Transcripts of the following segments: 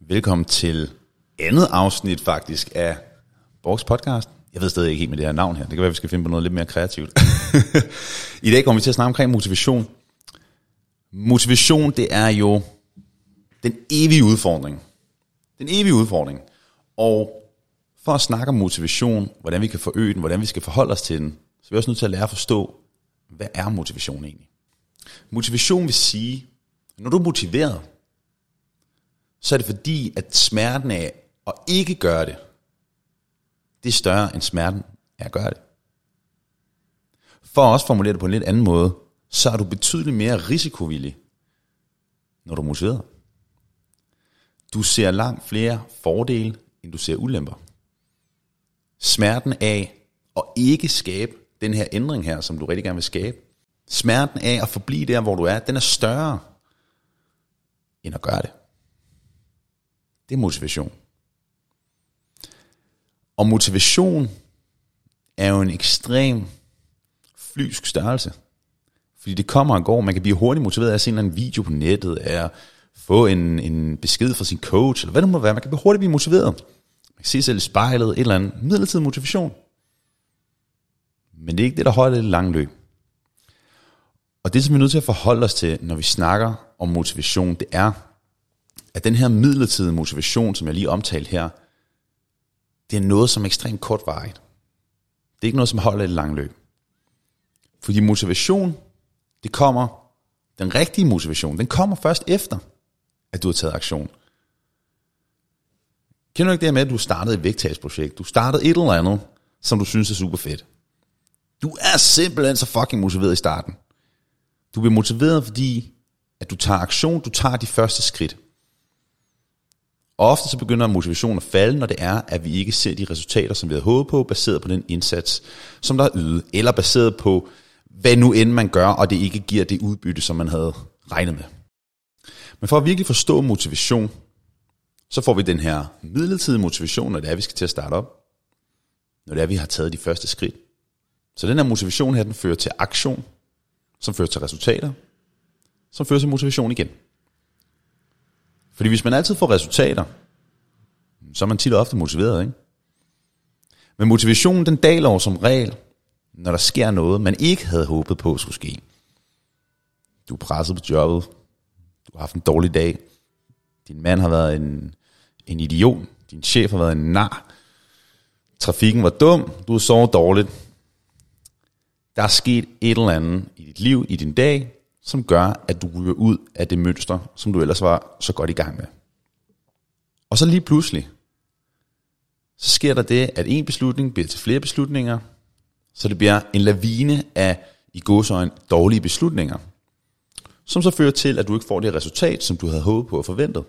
Velkommen til andet afsnit faktisk af Borgs podcast. Jeg ved stadig ikke helt med det her navn her. Det kan være, vi skal finde på noget lidt mere kreativt. I dag kommer vi til at snakke omkring motivation. Motivation, det er jo den evige udfordring. Den evige udfordring. Og for at snakke om motivation, hvordan vi kan forøge den, hvordan vi skal forholde os til den, så er vi også nødt til at lære at forstå, hvad er motivation egentlig? Motivation vil sige, når du er motiveret, så er det fordi, at smerten af at ikke gøre det, det er større end smerten af at gøre det. For at også formulere det på en lidt anden måde, så er du betydeligt mere risikovillig, når du er motiveret. Du ser langt flere fordele, end du ser ulemper. Smerten af at ikke skabe den her ændring her, som du rigtig gerne vil skabe, smerten af at forblive der, hvor du er, den er større end at gøre det. Det er motivation. Og motivation er jo en ekstrem flyvsk størrelse. Fordi det kommer og går. Man kan blive hurtigt motiveret af at se en video på nettet, af at få en besked fra sin coach, eller hvad det må være. Man kan hurtigt blive motiveret. Man kan se sig selv i spejlet, et eller andet midlertidig motivation. Men det er ikke det, der holder det lange løb. Og det, som vi er nødt til at forholde os til, når vi snakker om motivation, det er, at den her midlertidige motivation, som jeg lige omtalte her, det er noget, som er ekstremt kortvarigt. Det er ikke noget, som holder et langt løb. Fordi motivation, det kommer, den rigtige motivation, den kommer først efter, at du har taget aktion. Kender du ikke det med, at du startede et vægttabsprojekt? Du startede et eller andet, som du synes er super fedt. Du er simpelthen så fucking motiveret i starten. Du bliver motiveret, fordi at du tager aktion, du tager de første skridt. Og ofte så begynder motivationen at falde, når det er, at vi ikke ser de resultater, som vi havde håbet på, baseret på den indsats, som der er ydet, eller baseret på, hvad nu end man gør, og det ikke giver det udbytte, som man havde regnet med. Men for at virkelig forstå motivation, så får vi den her midlertidige motivation, når det er, vi skal til at starte op. Når det er, vi har taget de første skridt. Så den her motivation her, den fører til aktion, som fører til resultater, som fører til motivation igen. Fordi hvis man altid får resultater, så er man tit og ofte motiveret, ikke? Men motivationen, den daler over som regel, når der sker noget, man ikke havde håbet på skulle ske. Du er presset på jobbet, du har haft en dårlig dag, din mand har været en idiot, din chef har været en nar, trafikken var dum, du har sovet dårligt. Der er sket et eller andet i dit liv, i din dag, som gør, at du ryger ud af det mønster, som du ellers var så godt i gang med. Og så lige pludselig, så sker der det, at en beslutning bliver til flere beslutninger, så det bliver en lavine af, i gåseøjne, dårlige beslutninger, som så fører til, at du ikke får det resultat, som du havde håbet på og forventet.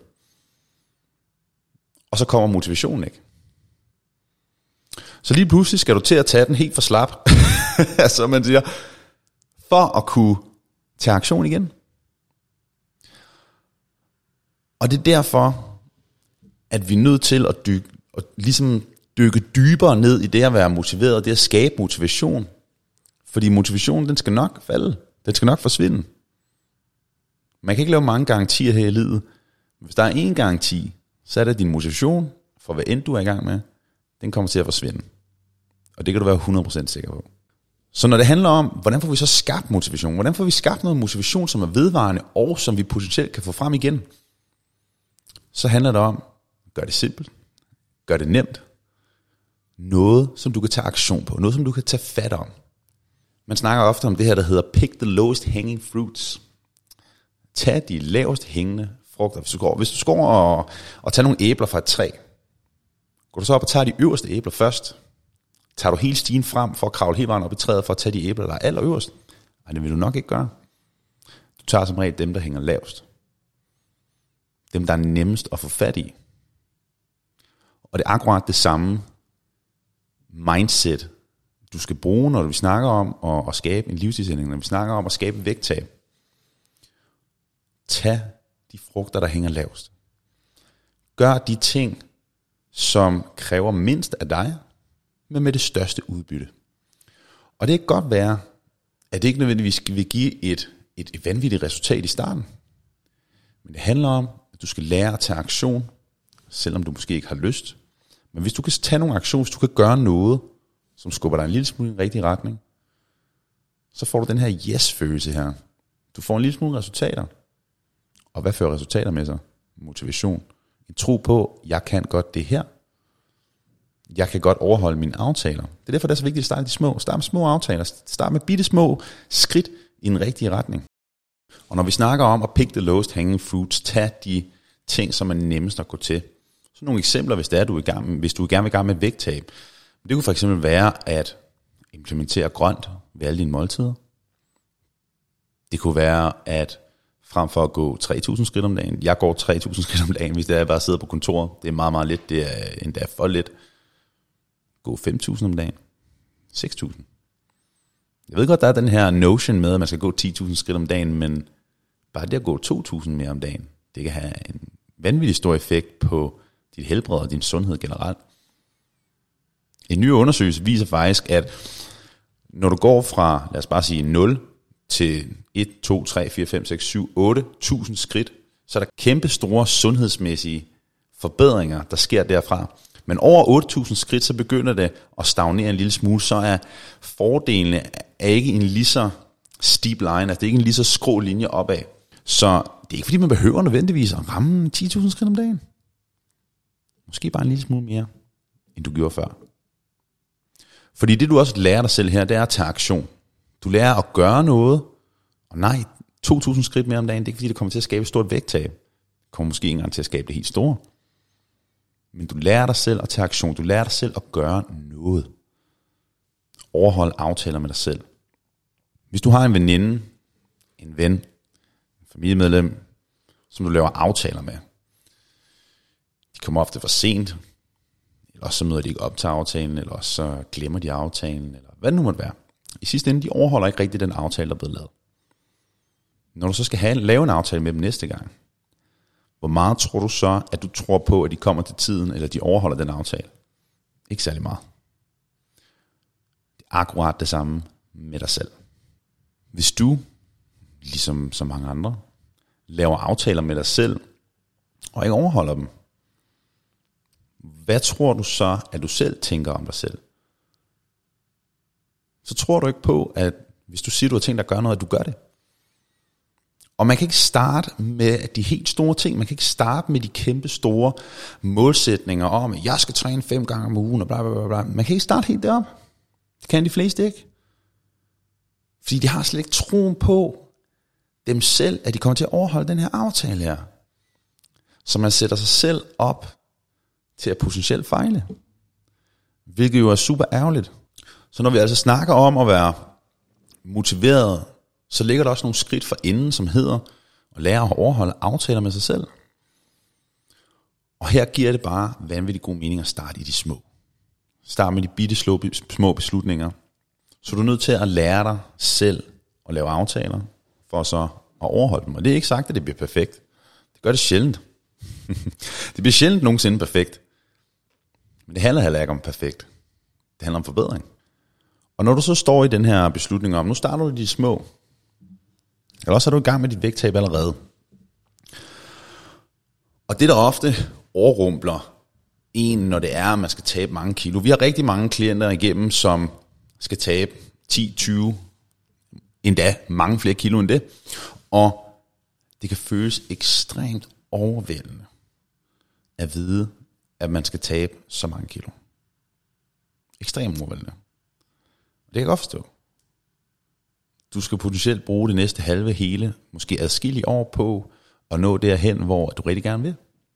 Og så kommer motivationen ikke. Så lige pludselig skal du til at tage den helt for slap, altså man siger, for at kunne tage aktion igen. Og det er derfor, at vi er nødt til at dykke dybere ned i det at være motiveret, det at skabe motivation. Fordi motivationen, den skal nok falde. Den skal nok forsvinde. Man kan ikke lave mange garantier her i livet. Hvis der er en garanti, så er det din motivation, for hvad end du er i gang med, den kommer til at forsvinde. Og det kan du være 100% sikker på. Så når det handler om, hvordan får vi så skabt motivation? Hvordan får vi skabt noget motivation, som er vedvarende, og som vi potentielt kan få frem igen? Så handler det om, gør det simpelt, gør det nemt. Noget, som du kan tage aktion på, noget, som du kan tage fat om. Man snakker ofte om det her, der hedder pick the lowest hanging fruits. Tag de lavest hængende frugter. Hvis du skal over og tage nogle æbler fra et træ, går du så op og tager de øverste æbler først. Tager du hele stigen frem for at kravle hele vejen op i træet for at tage de æbler, der er allerøverst? Nej, det vil du nok ikke gøre. Du tager som regel dem, der hænger lavest. Dem, der er nemmest at få fat i. Og det er akkurat det samme mindset, du skal bruge, når vi snakker om at skabe en livsstilsændring, når vi snakker om at skabe vægttab. Tag de frugter, der hænger lavest. Gør de ting, som kræver mindst af dig, men med det største udbytte. Og det kan godt være, at det ikke nødvendigvis vil give et vanvittigt resultat i starten. Men det handler om, at du skal lære at tage aktion, selvom du måske ikke har lyst. Men hvis du kan tage nogle aktioner, hvis du kan gøre noget, som skubber dig en lille smule i den rigtige retning, så får du den her yes-følelse her. Du får en lille smule resultater. Og hvad fører resultater med sig? Motivation. En tro på, jeg kan godt det her. Jeg kan godt overholde mine aftaler. Det er derfor, det er så vigtigt at starte de små. Start med små aftaler. Start med bitte små skridt i den rigtige retning. Og når vi snakker om at pick the lowest hanging fruits, tag de ting, som er nemmest at gå til. Så nogle eksempler, hvis det er, hvis du gerne vil i gang med vægttab. Det kunne for eksempel være at implementere grønt ved alle dine måltider. Det kunne være at frem for at gå 3.000 skridt om dagen. Jeg går 3.000 skridt om dagen, hvis det er, jeg bare sidder på kontoret. Det er meget, meget lidt. Det er endda for lidt. Gå 5.000 om dagen. 6.000. Jeg ved godt, der er den her notion med, at man skal gå 10.000 skridt om dagen, men bare det at gå 2.000 mere om dagen, det kan have en vanvittig stor effekt på dit helbred og din sundhed generelt. En ny undersøgelse viser faktisk, at når du går fra, lad os bare sige 0 til 1, 2, 3, 4, 5, 6, 7, 8.000 skridt, så er der kæmpe store sundhedsmæssige forbedringer, der sker derfra. Men over 8.000 skridt, så begynder det at stagnere en lille smule, så er fordelene ikke en lige så steep line, altså det er ikke en lige så skrå linje opad. Så det er ikke fordi, man behøver nødvendigvis at ramme 10.000 skridt om dagen. Måske bare en lille smule mere, end du gjorde før. Fordi det du også lærer dig selv her, det er at tage aktion. Du lærer at gøre noget, og nej, 2.000 skridt mere om dagen, det er ikke fordi, det kommer til at skabe et stort vægttab. Det kommer måske ikke engang til at skabe det helt store. Men du lærer dig selv at tage aktion. Du lærer dig selv at gøre noget. Overholde aftaler med dig selv. Hvis du har en veninde, en ven, en familiemedlem, som du laver aftaler med. De kommer ofte for sent, eller også så møder de ikke op til aftalen, eller også så glemmer de aftalen, eller hvad det nu måtte være. I sidste ende, de overholder ikke rigtig den aftale, der er blevet lavet. Når du så skal lave en aftale med dem næste gang, hvor meget tror du så, at du tror på, at de kommer til tiden, eller de overholder den aftale? Ikke særlig meget. Det er akkurat det samme med dig selv. Hvis du, ligesom så mange andre, laver aftaler med dig selv, og ikke overholder dem, hvad tror du så, at du selv tænker om dig selv? Så tror du ikke på, at hvis du siger, at du har tænkt dig at gøre noget, at du gør det. Og man kan ikke starte med de helt store ting. Man kan ikke starte med de kæmpe store målsætninger om, at jeg skal træne 5 gange om ugen, og bla bla bla bla. Man kan ikke starte helt derop. Det kan de fleste ikke. Fordi de har slet ikke troen på dem selv, at de kommer til at overholde den her aftale her. Så man sætter sig selv op til at potentielt fejle. Hvilket jo er super ærgerligt. Så når vi altså snakker om at være motiveret, så ligger der også nogle skridt for enden, som hedder at lære at overholde aftaler med sig selv. Og her giver det bare vanvittig god mening at starte i de små. Start med de bitte små beslutninger. Så du er nødt til at lære dig selv at lave aftaler, for så at overholde dem. Og det er ikke sagt, at det bliver perfekt. Det gør det sjældent. Det bliver sjældent nogensinde perfekt. Men det handler heller ikke om perfekt. Det handler om forbedring. Og når du så står i den her beslutning om, nu starter du de små, eller også er du i gang med dit vægttab allerede. Og det der ofte overrumpler en, når det er, at man skal tabe mange kilo. Vi har rigtig mange klienter igennem, som skal tabe 10, 20, endda mange flere kilo end det. Og det kan føles ekstremt overvældende at vide, at man skal tabe så mange kilo. Ekstremt overvældende. Det kan jeg godt forstå. Du skal potentielt bruge det næste halve, hele, måske adskillige år på at nå derhen, hvor du rigtig gerne vil.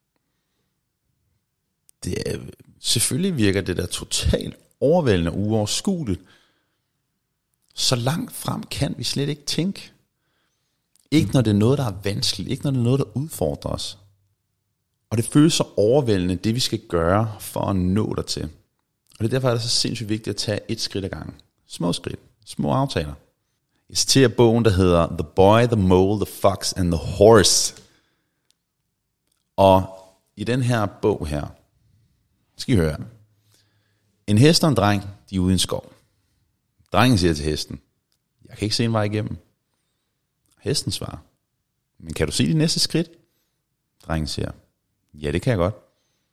Selvfølgelig virker det der totalt overvældende og uoverskueligt. Så langt frem kan vi slet ikke tænke. Ikke når det er noget, der er vanskeligt. Ikke når det er noget, der udfordrer os. Og det føles så overvældende, det vi skal gøre for at nå dertil. Og det er derfor, er det så sindssygt vigtigt at tage et skridt ad gangen. Små skridt. Små aftaler. Jeg citerer bogen, der hedder The Boy, the Mole, the Fox and the Horse. Og i den her bog her, skal I høre. En hest og en dreng, de er ude i en skov. Drengen siger til hesten, jeg kan ikke se en vej igennem. Hesten svarer, men kan du se de næste skridt? Drengen siger, ja, det kan jeg godt.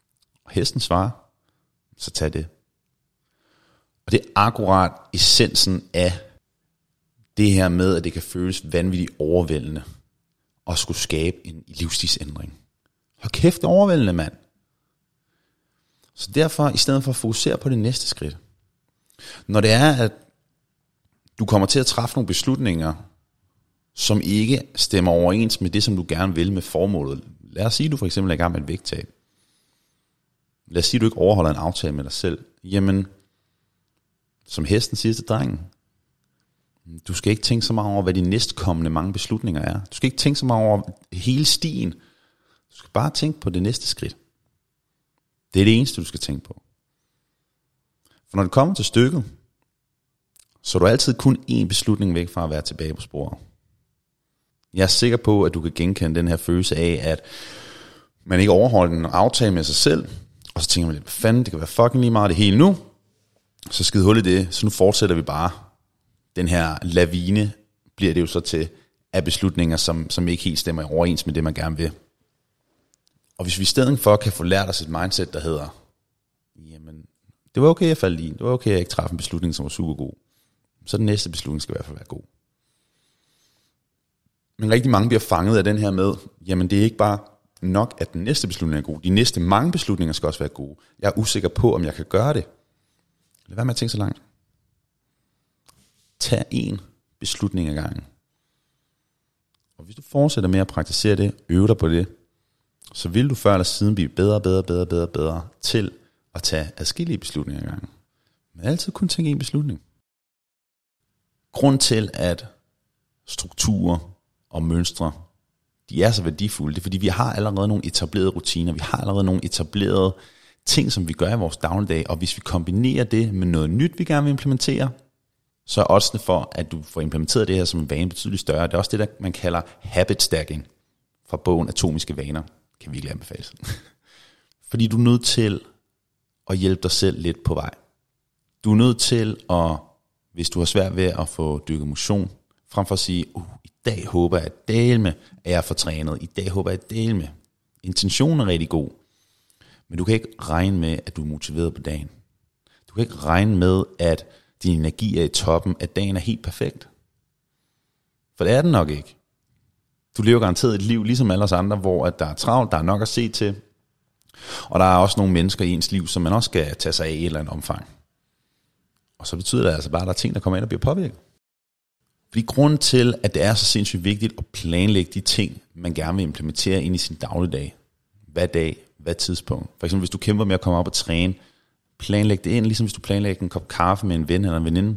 og hesten svarer, så tag det. Og det er akkurat essensen af det her med, at det kan føles vanvittigt overvældende at skulle skabe en livsstilsændring. Hold kæft, det er overvældende, mand. Så derfor, i stedet for at fokusere på det næste skridt, når det er, at du kommer til at træffe nogle beslutninger, som ikke stemmer overens med det, som du gerne vil med formålet. Lad os sige, at du for eksempel er i gang med et vægttab. Lad os sige, at du ikke overholder en aftale med dig selv. Jamen, som hesten siger til drengen, du skal ikke tænke så meget over, hvad de næstkommende mange beslutninger er. Du skal ikke tænke så meget over hele stien. Du skal bare tænke på det næste skridt. Det er det eneste, du skal tænke på. For når det kommer til stykket, så er du altid kun én beslutning væk fra at være tilbage på sporet. Jeg er sikker på, at du kan genkende den her følelse af, at man ikke overholder en aftale med sig selv, og så tænker man lidt, hvad fanden, det kan være fucking lige meget det hele nu, så skide hul i det, så nu fortsætter vi bare. Den her lavine bliver det jo så til af beslutninger, som ikke helt stemmer overens med det, man gerne vil. Og hvis vi i stedet for kan få lært os et mindset, der hedder, jamen, det var okay, jeg faldt i, det var okay, jeg ikke træffede en beslutning, som var super god, så den næste beslutning skal i hvert fald være god. Men rigtig mange bliver fanget af den her med, jamen det er ikke bare nok, at den næste beslutning er god. De næste mange beslutninger skal også være gode. Jeg er usikker på, om jeg kan gøre det. Lad være med at tænke så langt. Tag en beslutning ad gangen. Og hvis du fortsætter med at praktisere det, øve dig på det, så vil du før eller siden blive bedre til at tage adskillige beslutninger ad gangen. Men altid kun tænke en beslutning. Grund til, at strukturer og mønstre, de er så værdifulde, det er fordi, vi har allerede nogle etablerede rutiner, vi har allerede nogle etablerede ting, som vi gør i vores dagligdag, og hvis vi kombinerer det med noget nyt, vi gerne vil implementere, så er oddsene for, at du får implementeret det her som en vane betydeligt større. Det er også det, der man kalder habit stacking fra bogen Atomiske Vaner. Kan virkelig anbefales. Fordi du er nødt til at hjælpe dig selv lidt på vej. Du er nødt til at, hvis du har svært ved at få dyrket motion, frem for at sige, i dag håber jeg, at dele er jeg for trænet. I dag håber jeg, at dele med. Intentionen er rigtig god. Men du kan ikke regne med, at du er motiveret på dagen. Du kan ikke regne med, at din energi er i toppen, at dagen er helt perfekt. For det er den nok ikke. Du lever garanteret et liv, ligesom alle os andre, hvor at der er travlt, der er nok at se til. Og der er også nogle mennesker i ens liv, som man også skal tage sig af i et eller andet omfang. Og så betyder det altså bare, at der er ting, der kommer ind og bliver påvirket. Fordi grunden til, at det er så sindssygt vigtigt at planlægge de ting, man gerne vil implementere ind i sin dagligdag. Hvad dag, hvad tidspunkt. For eksempel, hvis du kæmper med at komme op og træne, planlæg det ind, ligesom hvis du planlægger en kop kaffe med en ven eller en veninde.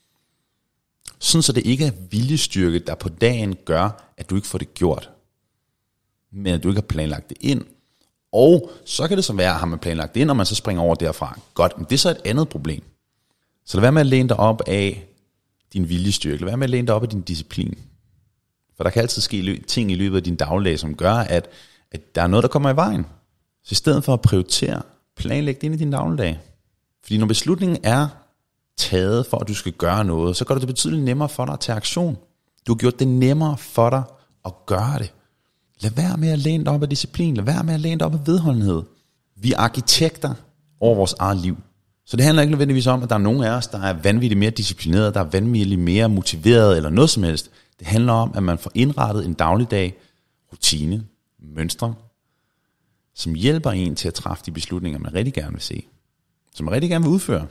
Sådan så det ikke er viljestyrke, der på dagen gør, at du ikke får det gjort. Men at du ikke har planlagt det ind. Og så kan det så være, at har man planlagt det ind, og man så springer over derfra. Godt, men det er så et andet problem. Så lad være med at læne dig op af din viljestyrke. Lad være med at læne dig op af din disciplin. For der kan altid ske ting i løbet af din dagligdag, som gør, at der er noget, der kommer i vejen. Så i stedet for at prioritere, planlæg det ind i din dagligdag. Fordi når beslutningen er taget for, at du skal gøre noget, så gør det betydeligt nemmere for dig at tage aktion. Du har gjort det nemmere for dig at gøre det. Lad være med at læne dig op af disciplin. Lad være med at læne dig op af vedholdenhed. Vi er arkitekter over vores eget liv. Så det handler ikke nødvendigvis om, at der er nogen af os, der er vanvittigt mere disciplineret, der er vanvittigt mere motiveret eller noget som helst. Det handler om, at man får indrettet en dagligdag, rutine, mønstre, som hjælper en til at træffe de beslutninger, man rigtig gerne vil se. Som man rigtig gerne vil udføre.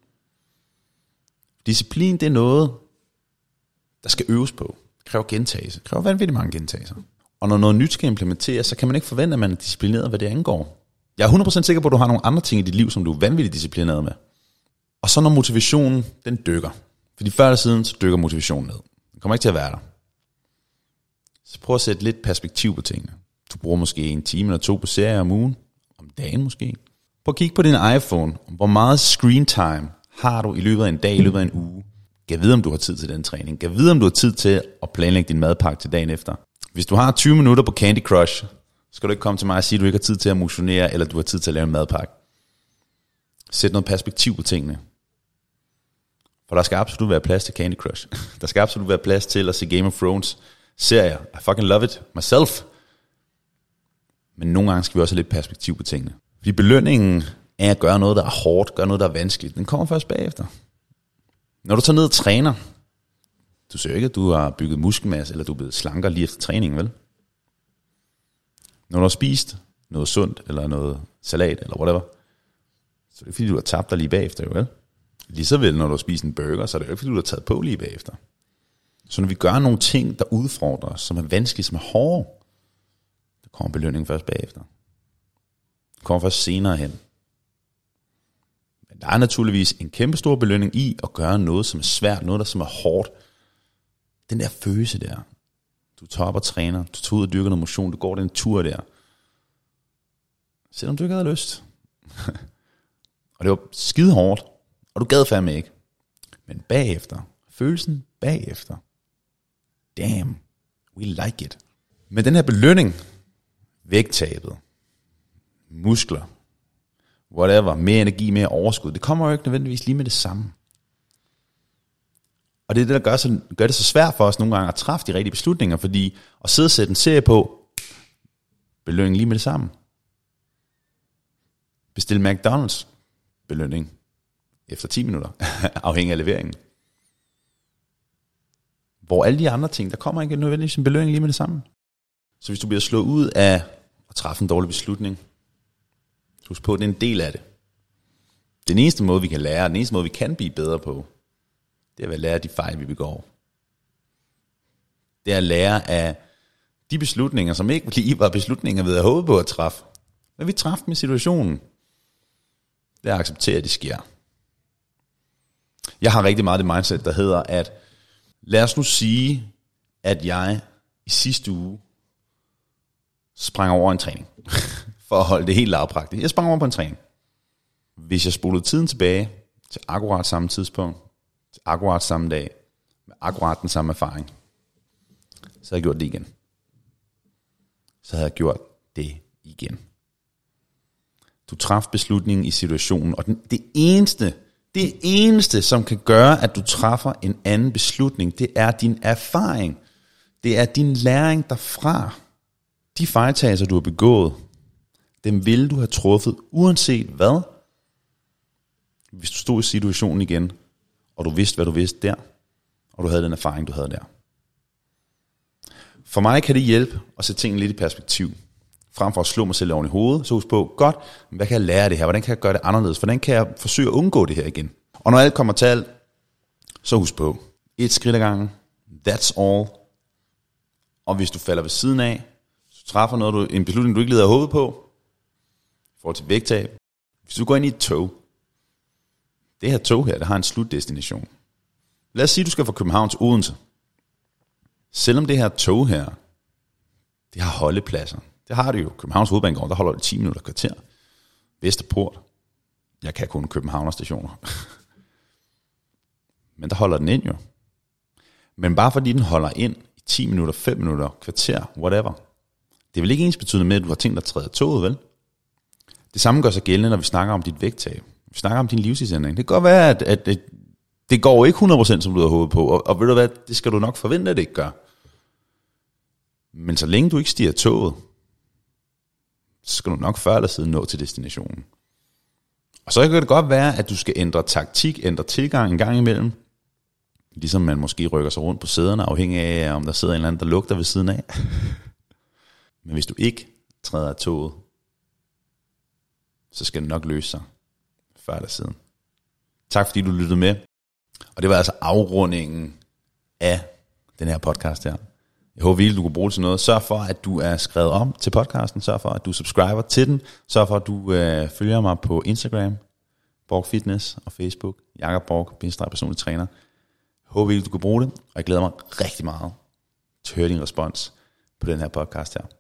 Disciplin, det er noget, der skal øves på. Det kræver gentagelse. Det kræver vanvittigt mange gentagelser. Og når noget nyt skal implementeres, så kan man ikke forvente, at man er disciplineret, hvad det angår. Jeg er 100% sikker på, at du har nogle andre ting i dit liv, som du er vanvittigt disciplineret med. Og så når motivationen, den dykker. Fordi før eller siden, så dykker motivationen ned. Den kommer ikke til at være der. Så prøv at sætte lidt perspektiv på tingene. Du bruger måske 1 time eller 2 på serier om ugen. Om dagen måske. Prøv at kigge på din iPhone. Hvor meget screen time har du i løbet af en dag, i løbet af en uge. Gav vide, om du har tid til den træning. Gav vide, om du har tid til at planlægge din madpakke til dagen efter. Hvis du har 20 minutter på Candy Crush, skal du ikke komme til mig og sige, at du ikke har tid til at motionere, eller du har tid til at lave en madpakke. Sæt noget perspektiv på tingene. For der skal absolut være plads til Candy Crush. Der skal absolut være plads til at se Game of Thrones serier. I fucking love it myself. Men nogle gange skal vi også have lidt perspektiv på tingene. Fordi belønningen af at gøre noget, der er hårdt, gøre noget, der er vanskeligt, den kommer først bagefter. Når du tager ned og træner, du ser ikke, at du har bygget muskelmasse, eller du er blevet slankere lige efter træningen, vel? Når du har spist noget sundt, eller noget salat, eller whatever, så er det ikke, fordi du har tabt dig lige bagefter, jo vel? Lige så vel, når du har spist en burger, så er det jo ikke, fordi du har taget på lige bagefter. Så når vi gør nogle ting, der udfordrer os, som er vanskelige, som er hårde, der kommer belønningen først bagefter. Det kommer først senere hen. Men der er naturligvis en kæmpe stor belønning i at gøre noget, som er svært, noget, der som er hårdt. Den der følelse der. Du tager op og træner, du tager ud og dyrker noget motion, du går den tur der. Selvom du ikke havde lyst. Og det var skide hårdt, og du gad fandme ikke. Men bagefter, følelsen bagefter, damn, we like it. Men den her belønning, vægttabet, muskler, whatever, mere energi, mere overskud, det kommer jo ikke nødvendigvis lige med det samme. Og det er det, der gør det så svært for os nogle gange at træffe de rigtige beslutninger, fordi at sidde og sætte en serie på, belønning lige med det samme. Bestil McDonald's, belønning efter 10 minutter, afhængig af leveringen. Hvor alle de andre ting, der kommer ikke nødvendigvis en belønning lige med det samme. Så hvis du bliver slået ud af at træffe en dårlig beslutning, husk på, at det er en del af det. Den eneste måde, vi kan lære, den eneste måde, vi kan blive bedre på, det er at lære af de fejl, vi begår. Det er at lære af de beslutninger, som ikke lige var beslutninger, ved at håbe på at træffe. Men vi træffede med situationen. Det er at acceptere, at det sker. Jeg har rigtig meget det mindset, der hedder, at lad os nu sige, at jeg i sidste uge sprang over en træning. For at holde det helt lavpraktisk. Jeg sprang over på en træning. Hvis jeg spolede tiden tilbage til akkurat samme tidspunkt, til akkurat samme dag, med akkurat den samme erfaring, så havde jeg gjort det igen. Så havde jeg gjort det igen. Du træffede beslutningen i situationen, og det eneste, som kan gøre, at du træffer en anden beslutning, det er din erfaring. Det er din læring derfra. De fejltagelser, du har begået, dem ville du have truffet, uanset hvad. Hvis du stod i situationen igen, og du vidste, hvad du vidste der, og du havde den erfaring, du havde der. For mig kan det hjælpe at sætte tingene lidt i perspektiv. Frem for at slå mig selv oven i hovedet, så husk på, godt, hvad kan jeg lære af det her? Hvordan kan jeg gøre det anderledes? Hvordan kan jeg forsøge at undgå det her igen? Og når alt kommer til alt, så husk på, et skridt ad gangen, that's all. Og hvis du falder ved siden af, så træffer en beslutning, du ikke lige havde håbet på, i forhold til vægttab. Hvis du går ind i et tog, det her tog her, det har en slutdestination. Lad os sige, du skal fra København til Odense. Selvom det her tog her, det har holdepladser. Det har det jo. Københavns Hovedbanegård, der holder det 10 minutter kvarter. Vesterport. Jeg kan kun Københavner stationer. Men der holder den ind jo. Men bare fordi den holder ind i 10 minutter, 5 minutter, kvarter, whatever. Det er vel ikke ens betydende med, at du har tænkt dig at træde toget, vel? Det samme gør sig gældende, når vi snakker om dit vægttab. Vi snakker om din livsstilsændring. Det kan godt være, at det går ikke 100%, som du har håbet på. Og ved du hvad, det skal du nok forvente, at det ikke gør. Men så længe du ikke stiger toget, så skal du nok før eller siden nå til destinationen. Og så kan det godt være, at du skal ændre taktik, ændre tilgang en gang imellem. Ligesom man måske rykker sig rundt på sæderne, afhængig af, om der sidder en eller anden, der lugter ved siden af. Men hvis du ikke træder af toget, så skal det nok løse sig før eller siden. Tak fordi du lyttede med. Og det var altså afrundingen af den her podcast her. Jeg håber virkelig, du kan bruge det til noget. Sørg for, at du er skrevet om til podcasten. Sørg for, at du subscriber til den. Sørg for, at du følger mig på Instagram, Borg Fitness, og Facebook, Jakob Borg, personlig træner. Jeg håber virkelig, du kan bruge det. Og jeg glæder mig rigtig meget til at høre din respons på den her podcast her.